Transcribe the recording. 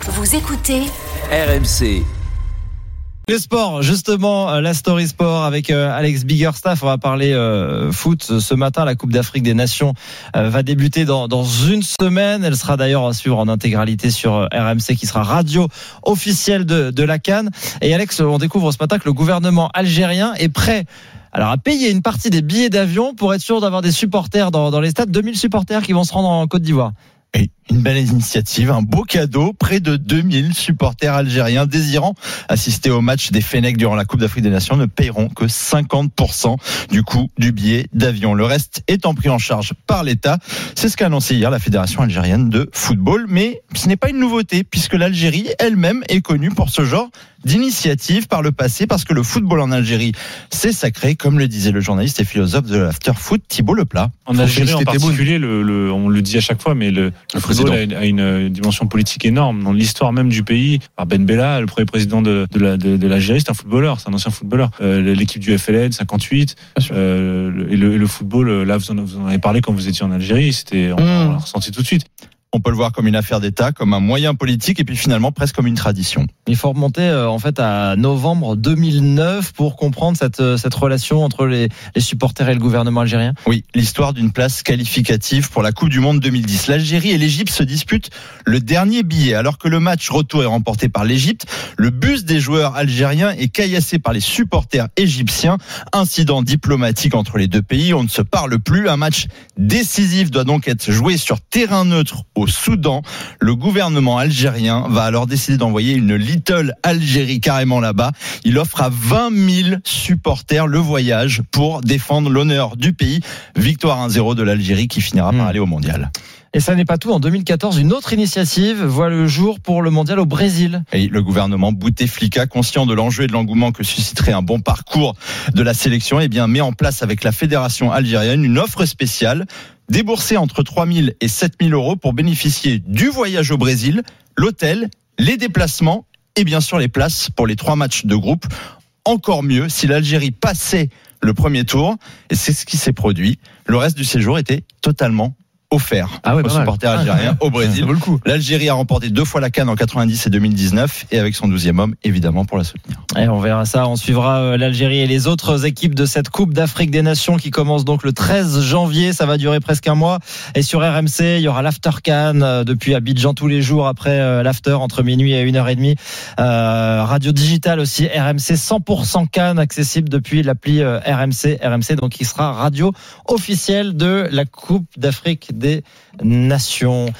Vous écoutez RMC. Le sport, justement, la Story Sport avec Alex Biggerstaff. On va parler foot ce matin. La Coupe d'Afrique des Nations va débuter dans une semaine. Elle sera d'ailleurs à suivre en intégralité sur RMC, qui sera radio officielle de la CAN. Et Alex, on découvre ce matin que le gouvernement algérien est prêt à payer une partie des billets d'avion pour être sûr d'avoir des supporters dans les stades. 2000 supporters qui vont se rendre en Côte d'Ivoire. Et une belle initiative, un beau cadeau. Près de 2000 supporters algériens désirant assister au match des Fennecs durant la Coupe d'Afrique des Nations ne paieront que 50% du coût du billet d'avion. Le reste étant pris en charge par l'État. C'est ce qu'a annoncé hier la Fédération algérienne de football. Mais ce n'est pas une nouveauté, puisque l'Algérie elle-même est connue pour ce genre d'initiative par le passé, parce que le football en Algérie, c'est sacré, comme le disait le journaliste et philosophe de l'after-foot Thibaut Leplat. En Algérie en particulier, on le dit à chaque fois, mais le football a une dimension politique énorme. Dans l'histoire même du pays, Ben Bella, le premier président de l'Algérie, c'est un footballeur, c'est un ancien footballeur. L'équipe du FLN, 58, et le football, là vous en avez parlé quand vous étiez en Algérie, on l'a ressenti tout de suite. On peut le voir comme une affaire d'État, comme un moyen politique, et puis finalement presque comme une tradition. Il faut remonter en fait à novembre 2009 pour comprendre cette relation entre les supporters et le gouvernement algérien. Oui, l'histoire d'une place qualificative pour la Coupe du Monde 2010. L'Algérie et l'Égypte se disputent le dernier billet. Alors que le match retour est remporté par l'Égypte, le bus des joueurs algériens est caillassé par les supporters égyptiens. Incident diplomatique entre les deux pays, on ne se parle plus. Un match décisif doit donc être joué sur terrain neutre au Soudan. Le gouvernement algérien va alors décider d'envoyer une Little Algérie carrément là-bas. Il offre à 20 000 supporters le voyage pour défendre l'honneur du pays. Victoire 1-0 de l'Algérie qui finira par aller au mondial. Et ça n'est pas tout. En 2014, une autre initiative voit le jour pour le mondial au Brésil. Et le gouvernement Bouteflika, conscient de l'enjeu et de l'engouement que susciterait un bon parcours de la sélection, met en place avec la fédération algérienne une offre spéciale. Débourser entre 3 000 et 7 000 euros pour bénéficier du voyage au Brésil, l'hôtel, les déplacements et bien sûr les places pour les 3 matchs de groupe. Encore mieux si l'Algérie passait le premier tour, et c'est ce qui s'est produit. Le reste du séjour était totalement offert aux supporters algériens au Brésil. L'Algérie a remporté 2 fois la CAN en 90 et 2019, et avec son 12e homme, évidemment, pour la soutenir. Et on verra ça, on suivra l'Algérie et les autres équipes de cette Coupe d'Afrique des Nations qui commence donc le 13 janvier, ça va durer presque un mois. Et sur RMC, il y aura l'After CAN depuis Abidjan tous les jours après l'After entre minuit et 1h30. Radio Digital aussi, RMC 100% CAN accessible depuis l'appli RMC, donc qui sera radio officielle de la Coupe d'Afrique des Nations.